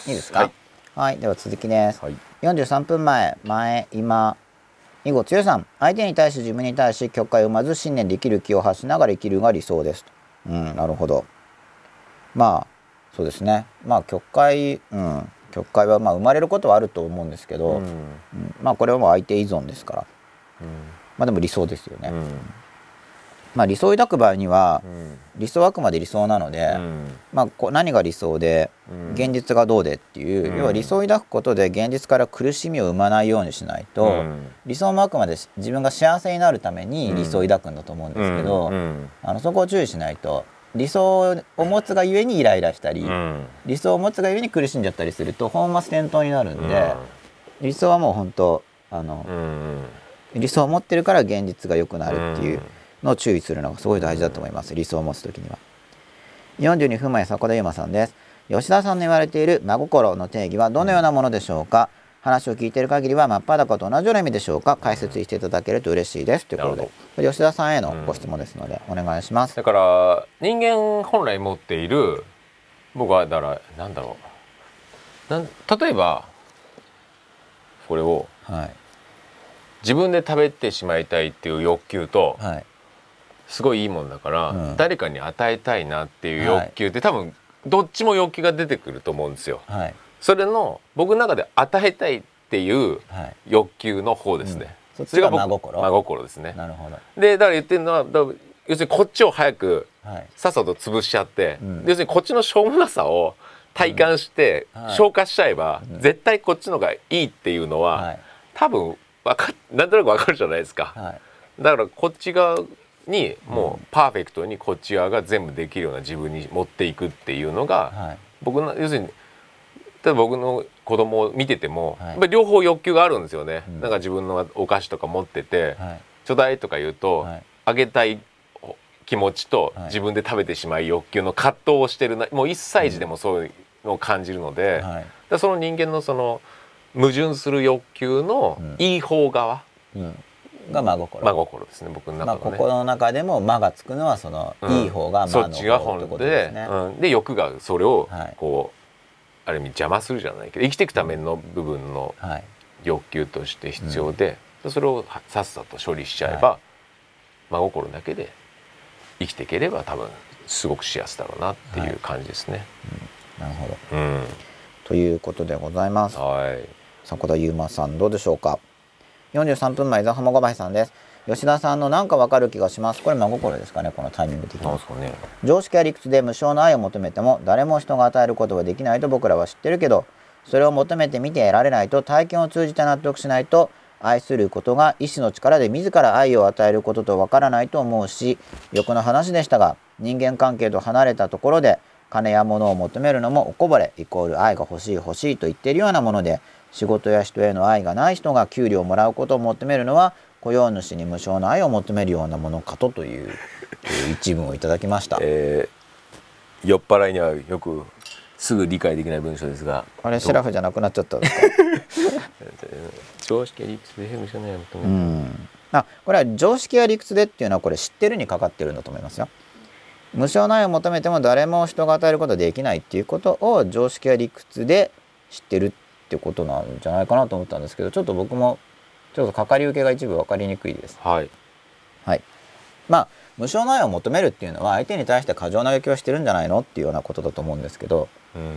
いいですか。 はい、 はい、では続きです。 はい、 43分前、今、以後、強さん、相手に対し自分に対し曲解を生まず信念で生きる気を発しながら生きるが理想ですと。なるほど。まあ、そうですね。まあ、曲解はまあ生まれることはあると思うんですけど、まあ、これはもう相手依存ですから。まあ、でも理想ですよね。まあ、理想を抱く場合には、理想はあくまで理想なので、まあ、何が理想で現実がどうでっていう、要は理想を抱くことで現実から苦しみを生まないようにしないと、理想もあくまで自分が幸せになるために理想を抱くんだと思うんですけど、そこを注意しないと、理想を持つがゆえにイライラしたり、理想を持つがゆえに苦しんじゃったりすると本末転倒になるんで、理想はもう本当理想を持ってるから現実が良くなるっていうのを注意するのがすごい大事だと思います。理想を持つときには。42分前、迫田悠馬さんです。吉田さんの言われている真心の定義はどのようなものでしょうか。話を聞いている限りは真っ裸と同じような意味でしょうか。解説していただけると嬉しいですということで、これ吉田さんへのご質問ですのでお願いします。 だから人間本来持っている、僕はだからなんだろう、例えばこれを自分で食べてしまいたいっていう欲求と、すごいいいもんだから、誰かに与えたいなっていう欲求って、多分どっちも欲求が出てくると思うんですよ。それの僕の中で与えたいっていう欲求の方ですね。 それが真心ですね。 なるほど。 でだから言ってるのは、要するにこっちを早くさっさと潰しちゃって、要するにこっちのしょうもなさを体感して消化しちゃえば、絶対こっちのがいいっていうのは、多分なんとなく分かるじゃないですか。だからこっち側にもうパーフェクトにこっち側が全部できるような自分に持っていくっていうのが、僕の要するに例えば僕の子供を見てても、やっぱり両方欲求があるんですよね。なんか自分のお菓子とか持ってて、ちょうだいとか言うと、あげたい気持ちと自分で食べてしまい欲求の葛藤をしてるな、もう1歳児でもそういうのを感じるので、その人間のその矛盾する欲求のいい方側が真心ですね、僕の中のね。 心の中でも真がつくのはそのいい方が真の方ってことですね。 で欲がそれをこうある意味邪魔するじゃないけど、生きていくための部分の欲求として必要で、それをさっさと処理しちゃえば、真心だけで生きていければ多分すごく幸せだろうなっていう感じですね。 なるほど、ということでございます。迫田悠馬さんどうでしょうか。43分前、ザハモガバイさんです。吉田さんのなんかわかる気がします。これ真心ですかね、このタイミング的に。 なんですかね。 常識や理屈で無償の愛を求めても誰も人が与えることはできないと僕らは知ってるけど、それを求めてみて得られないと、体験を通じて納得しないと、愛することが意志の力で自ら愛を与えることとわからないと思うし、欲の話でしたが、人間関係と離れたところで金や物を求めるのもおこぼれイコール愛が欲しい欲しいと言っているようなもので、仕事や人への愛がない人が給料をもらうことを求めるのは雇用主に無償の愛を求めるようなものかという一文をいただきました。 酔っ払いにはよくすぐ理解できない文章ですが、 あれシラフじゃなくなっちゃったんですか。 常識や理屈で無償の愛を求める。 これは常識や理屈でっていうのはこれ知ってるにかかってるんだと思いますよ。無償の愛を求めても誰も人が与えることはできないっていうことを常識や理屈で知ってるってことなんじゃないかなと思ったんですけど、ちょっと僕もちょっとかかり受けが一部分かりにくいです。まあ無償の愛を求めるっていうのは相手に対して過剰な要求をしてるんじゃないのっていうようなことだと思うんですけど、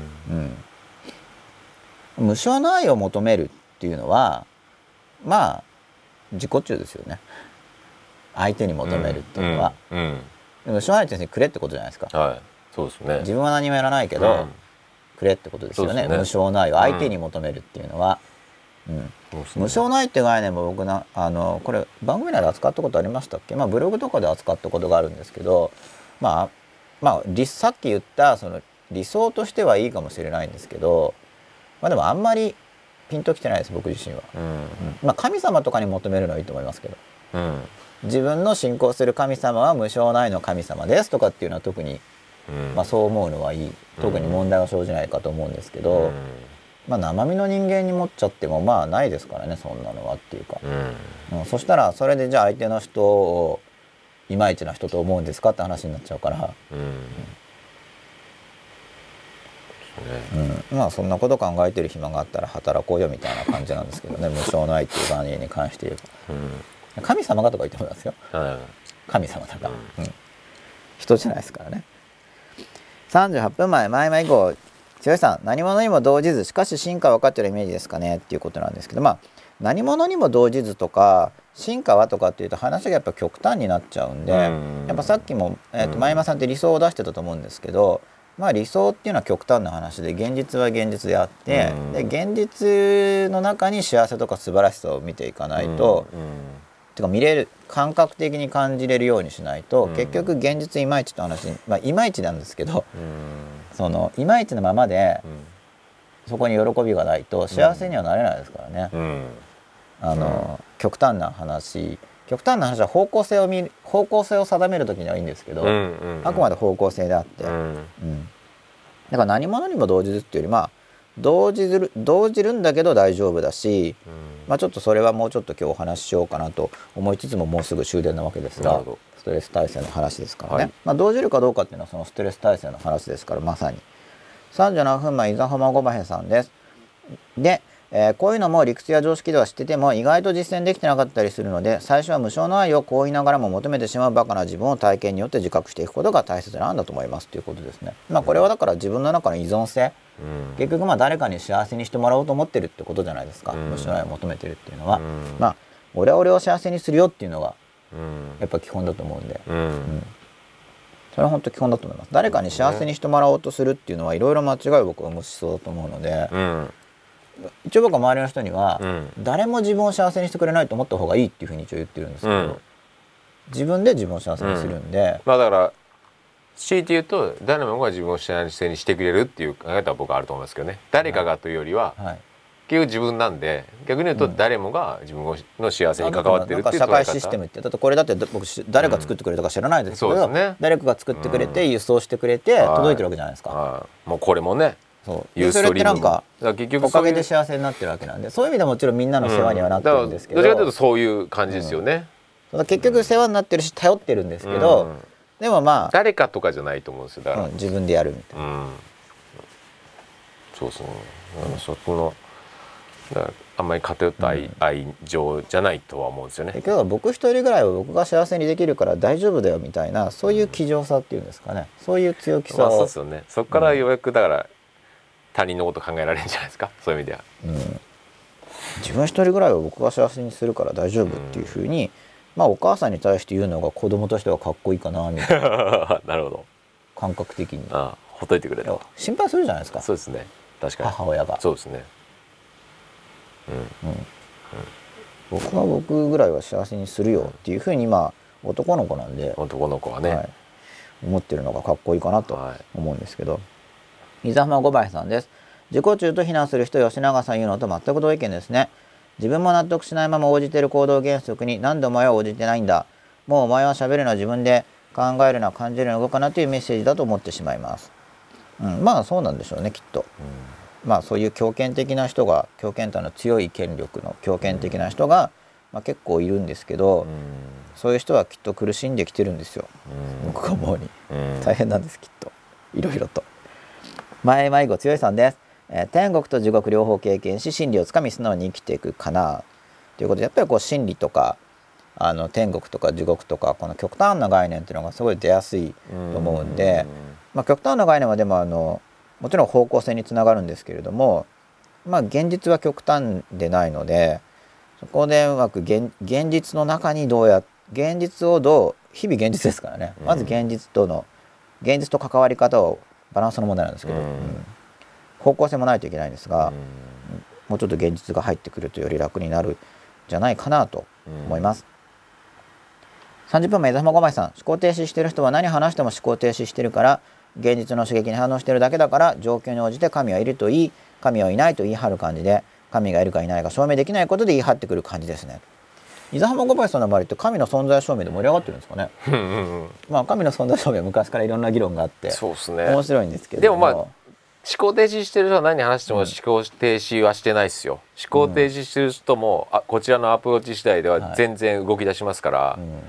無償の愛を求めるっていうのはまあ自己中ですよね。相手に求めるっていうのは、無償の愛ってくれってことじゃないですか。 そうですね。 自分は何もやらないけど、くれってことですよね。無償の愛を相手に求めるっていうのは、無償の愛っていう概念も僕これ番組内で扱ったことありましたっけ。ブログとかで扱ったことがあるんですけど、さっき言ったその理想としてはいいかもしれないんですけど、でもあんまりピンときてないです、僕自身は。神様とかに求めるのはいいと思いますけど、自分の信仰する神様は無償の愛の神様ですとかっていうのは特に、そう思うのはいい、特に問題は生じないかと思うんですけど、生身の人間に持っちゃってもないですからね、そんなのはっていうか、そしたらそれでじゃあ相手の人をいまいちな人と思うんですかって話になっちゃうから、 まあそんなこと考えてる暇があったら働こうよみたいな感じなんですけどね無償の愛っていう概念に関して言えば、神様がとか言ってもらうんですよ、神様だから、人じゃないですからね。38分前以降剛さん何者にも動じずしかし進化は分かってるイメージですかねっていうことなんですけど、まあ何者にも動じずとか進化はとかっていうと話がやっぱ極端になっちゃうんで、やっぱさっきも、前山さんって理想を出してたと思うんですけど、まあ理想っていうのは極端な話で現実は現実であって、で現実の中に幸せとか素晴らしさを見ていかないと、てか見れる感覚的に感じれるようにしないと、結局現実いまいちって話に、まあいまいちなんですけど、そのいまいちのままで、そこに喜びがないと幸せにはなれないですからね。極端な話は方向性を定める時にはいいんですけど、あくまで方向性であって、だから何者にも動じずっていうより、まあ動じるんだけど大丈夫だし、まあちょっとそれはもうちょっと今日お話ししようかなと思いつつも、もうすぐ終電なわけですが、ストレス耐性の話ですからね、まあ動じるかどうかっていうのはそのストレス耐性の話ですから、まさに。37分前伊沢浜ごばへさんです。でこういうのも理屈や常識では知ってても意外と実践できてなかったりするので、最初は無償の愛をこう言いながらも求めてしまうバカな自分を体験によって自覚していくことが大切なんだと思いますということですね。まあこれはだから自分の中の依存性、結局まあ誰かに幸せにしてもらおうと思ってるってことじゃないですか、無償の愛を求めてるっていうのは、まあ俺は俺を幸せにするよっていうのがやっぱ基本だと思うんで、それは本当基本だと思います。誰かに幸せにしてもらおうとするっていうのはいろいろ間違いを僕は生む思想だと思うので、一応僕は周りの人には、誰も自分を幸せにしてくれないと思った方がいいっていうふうに一応言ってるんですけど、自分で自分を幸せにするんで、 まあだから強いて言うと誰もが自分を幸せにしてくれるっていう考え方は僕はあると思いますけどね。誰かがというよりは、結局自分なんで、逆に言うと誰もが自分の幸せに関わってるっていう社会システムって、だってこれだって僕誰が作ってくれたか知らないですけど、誰かが作ってくれて輸送してくれて届いてるわけじゃないですか。 もうこれもね、 そうそれってなんかおかげで幸せになってるわけなんで、そういう意味でもちろんみんなの世話にはなってるんですけど、 どちらかというとそういう感じですよね。 結局世話になってるし頼ってるんですけど、でもまあ誰かとかじゃないと思うんですよ。だから自分でやるみたいな。 そうそう、そこのあんまり偏った愛情じゃないとは思うんですよね。 結局は僕一人ぐらいは僕が幸せにできるから大丈夫だよみたいな、そういう気丈さっていうんですかね、そういう強気さを、 そうですよね。そこからようやくだから他人のこと考えられるんじゃないですか、そういう意味では。 自分一人ぐらいは僕が幸せにするから大丈夫っていうふうに、まあお母さんに対して言うのが子供としてはかっこいいかなみたいななるほど、 感覚的にほっといてくれと心配するじゃないですか。 そうですね、確かに母親が。 そうですね。 僕は僕ぐらいは幸せにするよっていうふうに、まあ男の子なんで、 男の子はね、 思ってるのがかっこいいかなと思うんですけど、伊沢浜五林さんです。自己中と非難する人吉永さん言うのと全く同意見ですね。自分も納得しないまま応じている行動原則に、なんでお前は応じてないんだ、もうお前は喋るのは自分で考えるのは感じるのは動かなというメッセージだと思ってしまいます。まあそうなんでしょうね、きっと。まあそういう強権的な人が、強権感の強い権力の強権的な人が、まあ、結構いるんですけど、そういう人はきっと苦しんできてるんですよ、僕が思うに。大変なんです、きっといろいろと。前迷子強いさんです。天国と地獄両方経験し真理をつかみ素直に生きていくかなということで、やっぱりこう真理とか天国とか地獄とかこの極端な概念っていうのがすごい出やすいと思うんで、まあ、極端な概念はでももちろん方向性につながるんですけれども、まあ現実は極端でないので、そこでうまく現実の中に現実を日々現実ですからね、まず現実と関わり方をバランスの問題なんですけど、方向性もないといけないんですが、もうちょっと現実が入ってくるとより楽になるんじゃないかなと思います。30分前江戸浜さん、思考停止してる人は何話しても思考停止してるから、現実の刺激に反応してるだけだから、状況に応じて神はいると言い、神はいないと言い張る感じで、神がいるかいないか証明できないことで言い張ってくる感じですね。伊沢浜小林さんの周りって神の存在証明で盛り上がってるんですかね。まあ神の存在証明は昔からいろんな議論があって、 そうですね、 面白いんですけども、 でもまあ思考停止してる人は何話しても思考停止はしてないですよ。思考停止してる人もこちらのアプローチ次第では全然動き出しますから、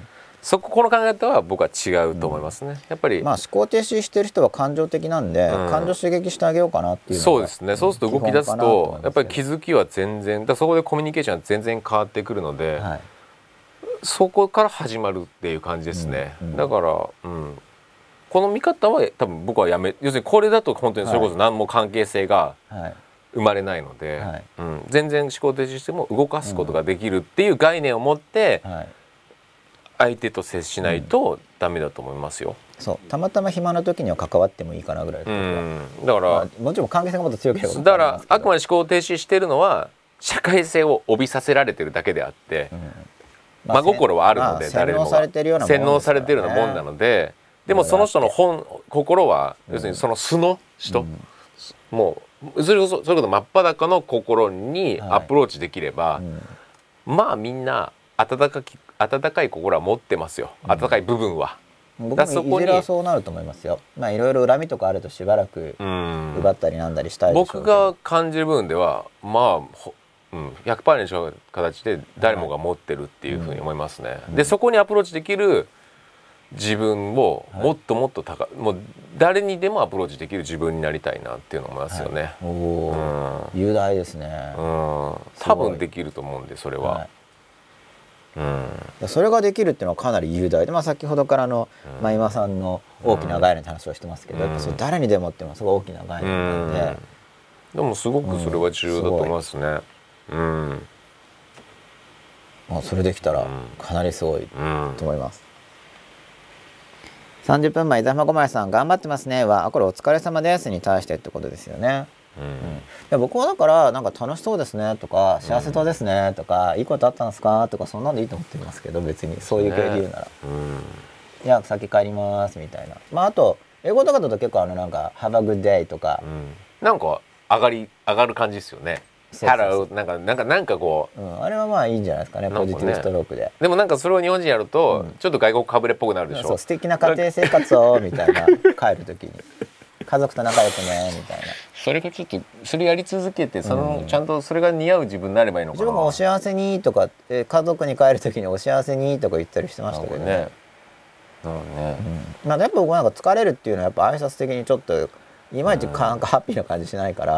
そここの考え方は僕は違うと思いますね。やっぱりまあ思考停止してる人は感情的なんで、感情刺激してあげようかなっていうのがそうですね。そうすると動き出すとやっぱり気づきは全然そこでコミュニケーションは全然変わってくるので、そこから始まるっていう感じですね。だから、この見方は多分僕は要するにこれだと本当にそれこそ何も関係性が生まれないので、全然思考停止しても動かすことができるっていう概念を持って相手と接しないとダメだと思いますよ。 そうたまたま暇な時には関わってもいいかなぐらいだから、 もちろん関係性がもっと強ければだからあくまで思考停止してるのは社会性を帯びさせられてるだけであって、真心はあるので、誰もが洗脳されてるようなもんなので、でもその人の心は要するにその素の人、もうそれこそ真っ裸の心にアプローチできれば、まあみんな温かい心は持ってますよ。温かい部分は。 僕もいずれはそうなると思いますよ。まあいろいろ恨みとかあるとしばらく奪ったりなんだりしたいでしょうけど、 僕が感じる部分ではまあ100% に違う形で誰もが持ってるっていうふうに思いますね。でそこにアプローチできる自分をもっともっともう誰にでもアプローチできる自分になりたいなっていうのを思いますよね。 雄大ですね。 多分できると思うんでそれは。 それができるっていうのはかなり雄大で、まあ、先ほどから今さんの大きな概念の話をしてますけど、やっぱそれ誰にでもっていうのはすごい大きな概念なんで、 でもすごくそれは重要だと思いますね。 それできたらかなりすごいと思います。30分前、伊沢ごまいさん頑張ってますねは、これお疲れ様ですに対してってことですよね。僕はだからなんか楽しそうですねとか幸せそうですねとかいいことあったんですかとかそんなんでいいと思ってますけど、別にそういう系で言うなら、いや先帰りますみたいな。まああと英語とかだと結構なんか「Have a good day」とか、 なんか上がる感じですよね。Hello なんかこう、 あれはまあいいんじゃないですかね、ポジティブストロークで。 でもなんかそれを日本人やるとちょっと外国かぶれっぽくなるでしょ。 そう素敵な家庭生活をみたいな帰る時に家族と仲良くねみたいな。 それがちょっとそれやり続けてちゃんとそれが似合う自分になればいいのかな。 自分がお幸せにとか家族に帰る時にお幸せにとか言ったりしてましたけどね。まあやっぱ僕なんか疲れるっていうのはやっぱ挨拶的にちょっといまいちなんかハッピーな感じしないから、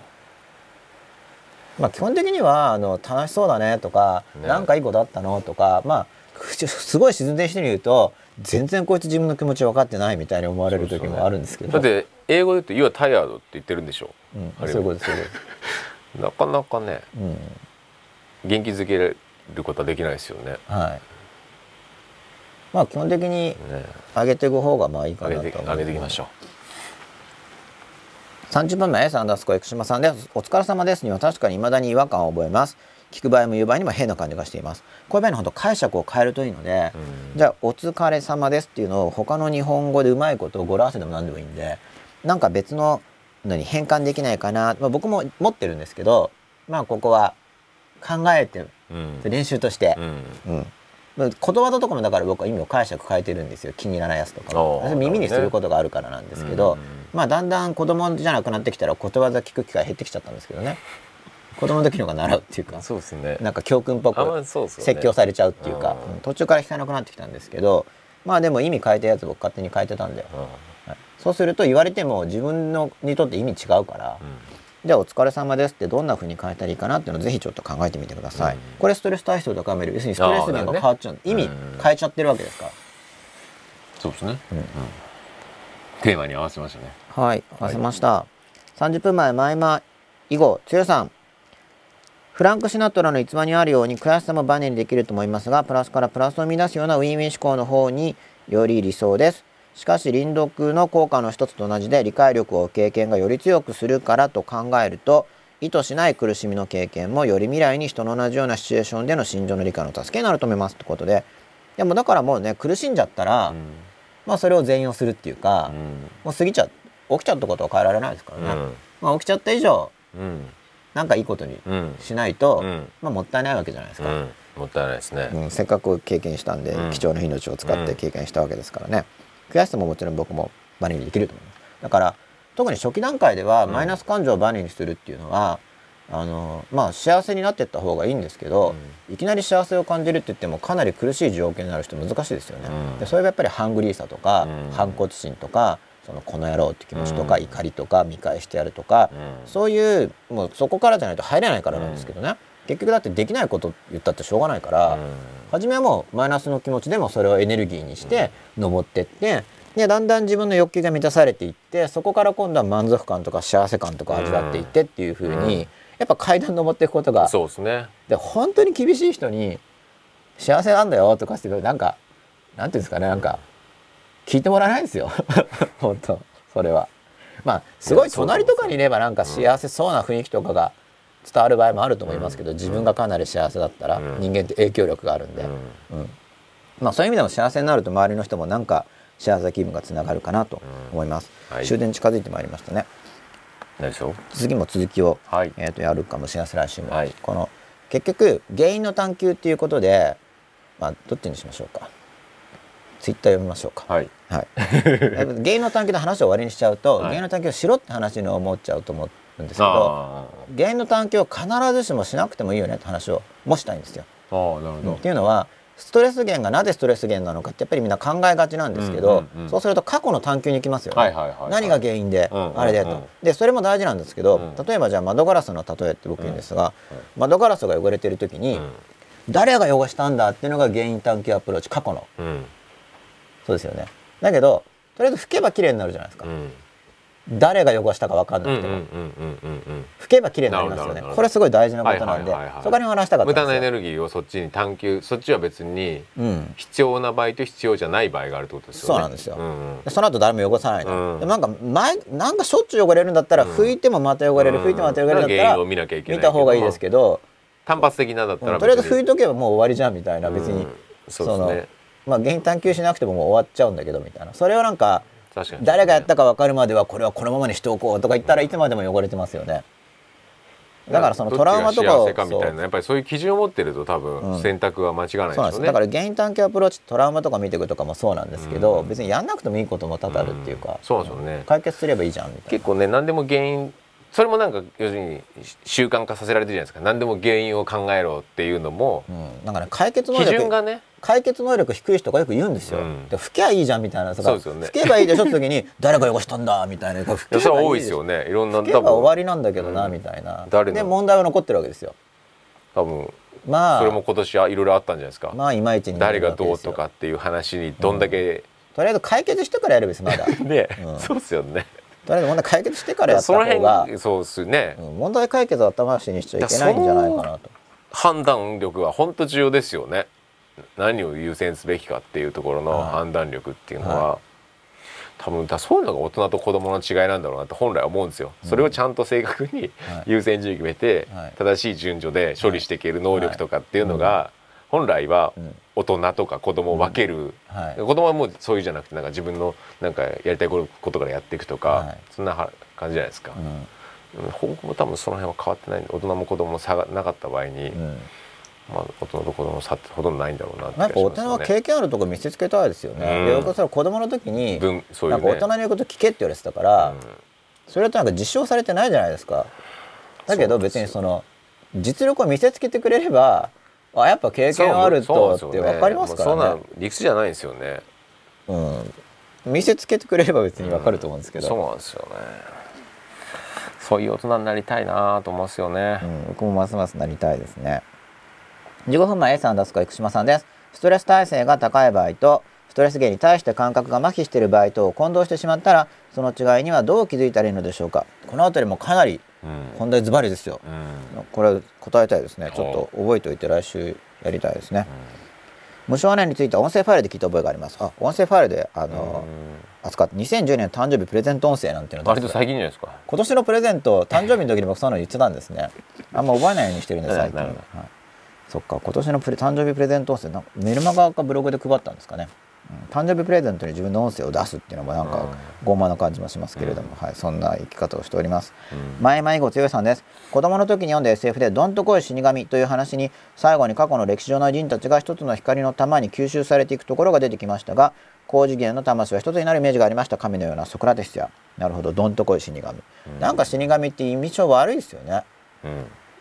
まあ基本的には楽しそうだねとか、なんかいいことあったのとか、まあすごい自然にしてみると全然こいつ自分の気持ち分かってないみたいに思われる時もあるんですけど、 だって英語で言うと「You are tired」って言ってるんでしょ。 そういうことです。 なかなかね、元気づけることはできないですよね。 まあ基本的に上げていく方がまあいいかなと思います。 上げていきましょう。 30分前、さんだすこ生島さんです。お疲れ様ですには確かに未だに違和感を覚えます。聞く場合も言う場合にも変な感じがしています。こういう場合の本当解釈を変えるといいので、じゃあお疲れ様ですっていうのを他の日本語でうまいことを語呂合わせでも何でもいいんで、なんか別ののに変換できないかな、僕も持ってるんですけど、まあここは考えて練習として、ことわざとかもだから僕は意味を解釈変えてるんですよ。気に入らないやつとかも耳にすることがあるからなんですけど、まあだんだん子供じゃなくなってきたらことわざ聞く機会減ってきちゃったんですけどね。子供の時のが習うっていうか、なんか教訓っぽく説教されちゃうっていうか、途中から聞かなくなってきたんですけど、まあでも意味変えたやつ僕勝手に変えてたんで、そうすると言われても自分にとって意味違うから、じゃあお疲れ様ですってどんな風に変えたらいいかなっていうのをぜひちょっと考えてみてください。これストレス対象とか見る、要するにストレス面が変わっちゃう、意味変えちゃってるわけですから。 そうですね。テーマに合わせましたね。 はい、合わせました。30分前、前間以後、つよさん。フランク・シナトラの逸話にあるように悔しさもバネにできると思いますが、プラスからプラスを生み出すようなウィンウィン思考の方により理想です。しかし臨読の効果の一つと同じで理解力を経験がより強くするからと考えると、意図しない苦しみの経験もより未来に人の同じようなシチュエーションでの心情の理解の助けになると思いますってことで、でもだからもうね、苦しんじゃったら、まあそれを全容するっていうか、もう起きちゃったことは変えられないですからね。まあ起きちゃった以上、なんかいいことにしないと、まあもったいないわけじゃないですか。 もったいないですね。 せっかく経験したんで、貴重な命を使って経験したわけですからね。悔しさももちろん僕もバネにできると思います。だから特に初期段階ではマイナス感情をバネにするっていうのは、 まあ幸せになっていった方がいいんですけど、いきなり幸せを感じるって言ってもかなり苦しい条件になる人難しいですよね。でそれはやっぱりハングリーさとか、反骨心とか、そのこの野郎って気持ちとか、怒りとか見返してやるとか、そういうもうそこからじゃないと入れないからなんですけどね。結局だってできないこと言ったってしょうがないから、初めはもうマイナスの気持ちでもそれをエネルギーにして登ってって、でだんだん自分の欲求が満たされていって、そこから今度は満足感とか幸せ感とか味わっていってっていう風に、やっぱ階段登っていくことが、 そうですね。 で本当に厳しい人に幸せなんだよとかしてなんかなんていうんですかね、なんか聞いてもらえないんですよ本当それは。まあすごい隣とかにいればなんか幸せそうな雰囲気とかが伝わる場合もあると思いますけど、自分がかなり幸せだったら、人間って影響力があるんで、まあそういう意味でも幸せになると周りの人もなんか幸せ気分がつながるかなと思います。終電近づいてまいりましたね。次も続きを、やるかもしれないです、来週も。この結局原因の探求っていうことで、まあどっちにしましょうか。ツイッター読みましょうか。原因の探求で話を終わりにしちゃうと、原因の探求しろって話に思っちゃうと思うんですけど、原因の探求を必ずしもしなくてもいいよねって話をもしたいんですよ。っていうのはストレス源がなぜストレス源なのかってやっぱりみんな考えがちなんですけど、そうすると過去の探求に行きますよね。何が原因であれでと。でそれも大事なんですけど、例えばじゃあ窓ガラスの例えって僕言うんですが、窓ガラスが汚れてる時に、誰が汚したんだっていうのが原因探求アプローチ、過去の、そうですよね。だけどとりあえず拭けばきれいになるじゃないですか。誰が汚したか分かんなくても拭けばきれいになりますよね。これすごい大事なことなんで、そこに話したかったんですよ。 無駄なエネルギーをそっちに探求、そっちは別に必要な場合と必要じゃない場合があるってことですよね。 そうなんですよ。その後誰も汚さないの。なんかしょっちゅう汚れるんだったら拭いてもまた汚れる、拭いてもまた汚れるんだったら見た方がいいですけど、 単発的なだったらとりあえず拭いとけばもう終わりじゃんみたいな、別にそのまあ原因探求しなくてももう終わっちゃうんだけどみたいな、それをなんか誰がやったか分かるまではこれはこのままにしておこうとか言ったらいつまでも汚れてますよね。だからそのトラウマとかをやっぱりそういう基準を持ってると多分選択は間違いないですよね。 だから原因探求アプローチ、トラウマとか見ていくとかもそうなんですけど、別にやんなくてもいいことも多々あるっていうか、解決すればいいじゃんみたいな。 結構ね、何でも原因、それもなんか要するに習慣化させられてるじゃないですか。何でも原因を考えろっていうのも、 なんかね、解決能力、基準がね、解決能力低い人がよく言うんですよ。で拭けばいいじゃんみたいな、拭けばいいでしょって時に誰が汚したんだみたいな、 それは多いですよね。いろんな拭けば終わりなんだけどなみたいな。で問題は残ってるわけですよ。 多分まあそれも今年はいろいろあったんじゃないですか。 まあいまいちに誰がどうとかっていう話にどんだけ、 とりあえず解決してからやるべきですまだ。 ね、そうですよね。 とりあえず問題解決してからやった方が、 そうですね。 問題解決を頭回しにしちゃいけないんじゃないかなと。 判断力は本当重要ですよね。何を優先すべきかっていうところの判断力っていうのは、多分そういうのが大人と子供の違いなんだろうなって本来は思うんですよ。それをちゃんと正確に優先順位決めて正しい順序で処理していける能力とかっていうのが本来は大人とか子供を分ける、子供はもうそういうじゃなくてなんか自分のなんかやりたいことからやっていくとか、そんな感じじゃないですか。方向も多分その辺は変わってないんで、大人も子供も差がなかった場合に、まあ大人と子供の差ってほとんどないんだろうなって気がしますよね。 なんか大人は経験あるところ見せつけたいですよね。で、僕はそれ子供の時になんか大人の言うこと聞けって言われてたから、それとなんか実証されてないじゃないですか。だけど別にその実力を見せつけてくれれば、あ、やっぱ経験あるとって分かりますからね。 そんな理屈じゃないんですよね。 見せつけてくれれば別に分かると思うんですけど。 そうなんですよね。そういう大人になりたいなと思いますよね。 僕もますますなりたいですね。15分前 A さん出すか生島さんです。ストレス耐性が高い場合とストレス源に対して感覚が麻痺している場合とを混同してしまったら、その違いにはどう気づいたらいいのでしょうか。このあたりもかなり本題ズバリですよ。これ答えたいですね。ちょっと覚えておいて来週やりたいですね。無償年については音声ファイルで聞いた覚えがあります。音声ファイルで扱って2010年誕生日プレゼント音声なんていうの割と最近じゃないですか。 今年のプレゼント誕生日の時に僕そういうの言ってたんですね。あんま覚えないようにしてるんで最近。そっか、今年の誕生日プレゼント音声メルマガかブログで配ったんですかね。誕生日プレゼントに自分の音声を出すっていうのもなんか傲慢な感じもしますけれども、そんな生き方をしております。前々後強さんです。子供の時に読んだ SF でどんとこい死神という話に最後に過去の歴史上の偉人たちが一つの光の玉に吸収されていくところが出てきましたが、高次元の魂は一つになるイメージがありました。神のようなソクラテスや、なるほど、どんとこい死神、なんか死神って印象悪いですよね。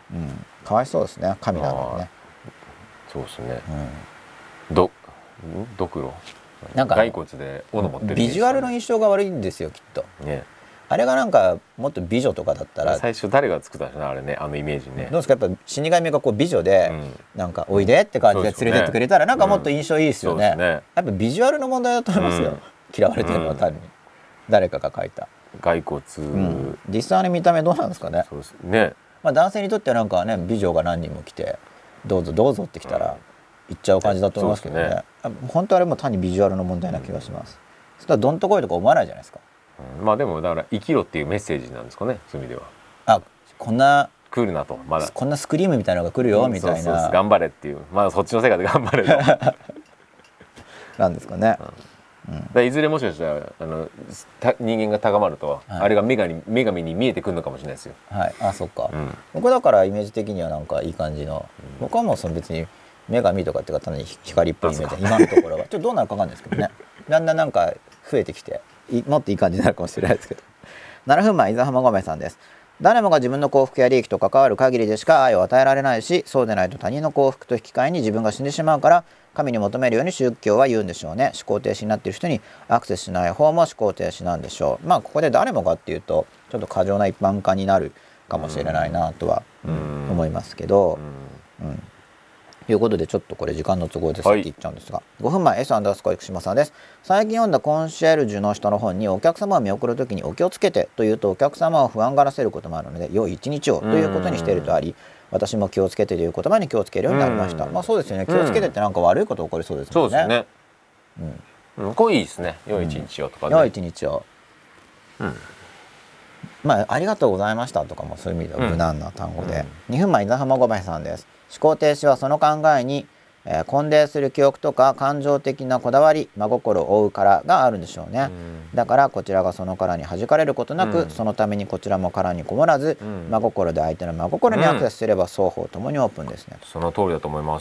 うん、かわいそうですね、神なのにね。 そうですね、ドクロなんか骸骨で斧持ってる、 ビジュアルの印象が悪いんですよきっとね。 あれがなんかもっと美女とかだったら、 最初誰が作ったんですかね、あれね、あのイメージね。 どうですか、やっぱ死神がこう美女で、なんかおいでって感じで連れてってくれたらなんかもっと印象いいですよね。やっぱビジュアルの問題だと思いますよ、嫌われてるのは単に誰かが描いた骸骨、実際の見た目どうなんですかね。そうですね。まあ男性にとってはなんかね、美女が何人も来てどうぞどうぞって来たら行っちゃう感じだと思いますけどね。本当あれも単にビジュアルの問題な気がします。そしたらどんとこいとか思わないじゃないですか。 まあでもだから生きろっていうメッセージなんですかね、そういう意味では。 あ、こんな来るなと、まだこんなスクリームみたいなのが来るよみたいな、 頑張れっていう、まだそっちの世界で頑張れとなんですかね。 いずれもしかしたら人間が高まると、あれが女神に見えてくるのかもしれないですよ。 はい、あ、そっか、僕だからイメージ的にはなんかいい感じの、僕はもうその別に女神とかっていうか単に光っぽいイメージで、今のところはちょっとどうなるかわかんないですけどね。だんだんなんか増えてきてもっといい感じになるかもしれないですけど。7分前、伊沢浜ごめさんです。誰もが自分の幸福や利益と関わる限りでしか愛を与えられないし、そうでないと他人の幸福と引き換えに自分が死んでしまうから神に求めるように宗教は言うんでしょうね。思考停止になっている人にアクセスしない方も思考停止なんでしょう。まあここで誰もがっていうとちょっと過剰な一般化になるかもしれないなとは思いますけど、ということでちょっとこれ時間の都合でさっき言っちゃうんですが、5分前 S アンダースコア生島さんです。最近読んだコンシェルジュの人の本に、お客様を見送るときにお気をつけてというとお客様を不安がらせることもあるので良い一日をということにしているとあり、私も気をつけてという言葉に気をつけるようになりました。まあそうですよね、気をつけてってなんか悪いこと起こりそうですもんね。そうですね。これいいですね、良い一日をとかね。 良い一日を、まあありがとうございましたとかもそういう意味では無難な単語で。2分前、伊沢浜ごめさんです。思考停止はその考えに、混同する記憶とか感情的なこだわり、真心を追うからがあるんでしょうね。だからこちらがその殻に弾かれることなく、そのためにこちらも殻にこもらず、真心で相手の真心にアクセスすれば双方ともにオープンですね。 その通りだと思います。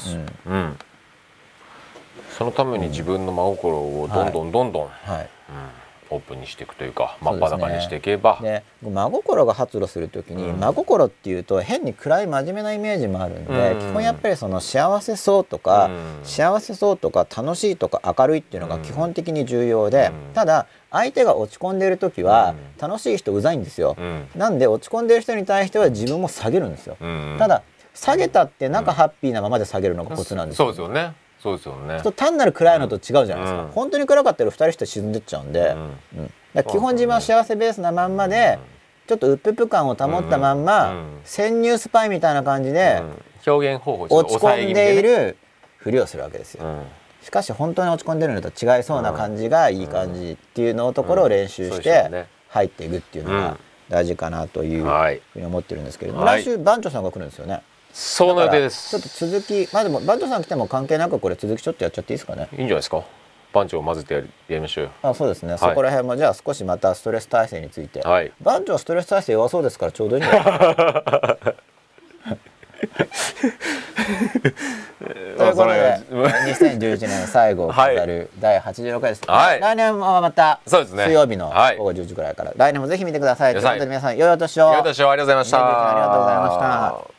そのために自分の真心をどんどんどんどん、オープンにしていくというか、真っ裸にしていけば。 で、真心が発露するときに、真心っていうと変に暗い真面目なイメージもあるんで、基本やっぱりその幸せそうとか、楽しいとか明るいっていうのが基本的に重要で、ただ相手が落ち込んでいる時は楽しい人うざいんですよ。なんで落ち込んでいる人に対しては自分も下げるんですよ。ただ下げたって中ハッピーなままで下げるのがコツなんですよ。 そうですよね。そうですよね。 単なる暗いのと違うじゃないですか。本当に暗かったら2人して沈んでっちゃうんで、基本自分は幸せベースなまんまで、ちょっとウッププ感を保ったまんま、潜入スパイみたいな感じで表現方法落ち込んでいるふりをするわけですよ。しかし本当に落ち込んでるのと違いそうな感じがいい感じっていうのところを練習して入っていくっていうのが大事かなというふうに思ってるんですけれども、来週番長さんが来るんですよね。 その予定です。 ちょっと続き、まあでも番長さん来ても関係なくこれ続きちょっとやっちゃっていいですかね。 いいんじゃないですか。番長を混ぜてやりましょうよ。 あ、そうですね。そこら辺もじゃあ少しまたストレス耐性について。番長はストレス耐性弱そうですからちょうどいいんじゃないですか。ということで2011年最後を飾る第86回です。来年はまた水曜日の午後10時くらいから、来年もぜひ見てください。ということで皆さん良いお年を。 良いお年を。ありがとうございました。 ありがとうございました。